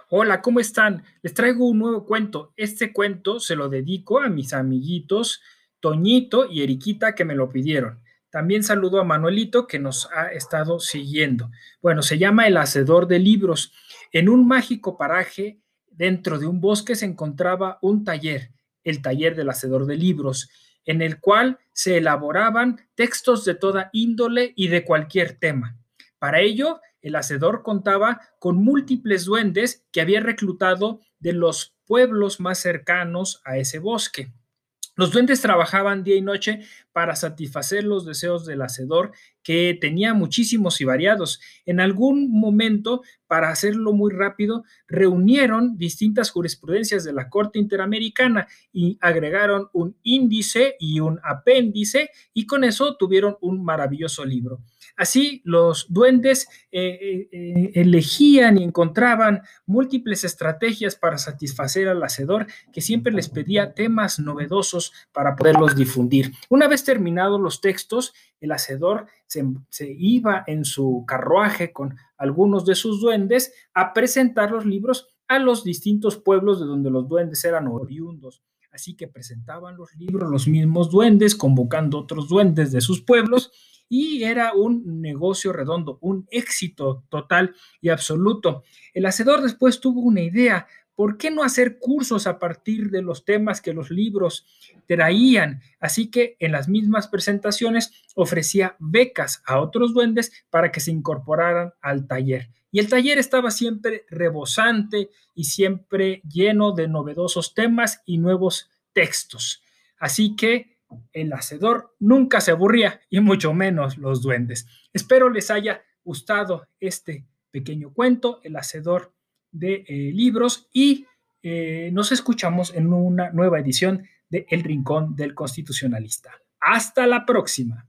Hola, ¿cómo están? Les traigo un nuevo cuento. Este cuento se lo dedico a mis amiguitos Toñito y Eriquita que me lo pidieron. También saludo a Manuelito que nos ha estado siguiendo. Bueno, se llama El Hacedor de Libros. En un mágico paraje, dentro de un bosque, se encontraba un taller, el taller del Hacedor de Libros, en el cual se elaboraban textos de toda índole y de cualquier tema. Para ello, el hacedor contaba con múltiples duendes que había reclutado de los pueblos más cercanos a ese bosque. Los duendes trabajaban día y noche para satisfacer los deseos del hacedor, que tenía muchísimos y variados. En algún momento, para hacerlo muy rápido, reunieron distintas jurisprudencias de la Corte Interamericana y agregaron un índice y un apéndice, y con eso tuvieron un maravilloso libro. Así, los duendes elegían y encontraban múltiples estrategias para satisfacer al hacedor, que siempre les pedía temas novedosos para poderlos difundir. Una vez terminados los textos, el hacedor se iba en su carruaje con algunos de sus duendes a presentar los libros a los distintos pueblos de donde los duendes eran oriundos. Así que presentaban los libros los mismos duendes, convocando otros duendes de sus pueblos, y era un negocio redondo, un éxito total y absoluto. El hacedor después tuvo una idea: ¿por qué no hacer cursos a partir de los temas que los libros traían? Así que en las mismas presentaciones ofrecía becas a otros duendes para que se incorporaran al taller. Y el taller estaba siempre rebosante y siempre lleno de novedosos temas y nuevos textos. Así que el hacedor nunca se aburría, y mucho menos los duendes. Espero les haya gustado este pequeño cuento, El Hacedor de Libros, y nos escuchamos en una nueva edición de El Rincón del Constitucionalista. Hasta la próxima.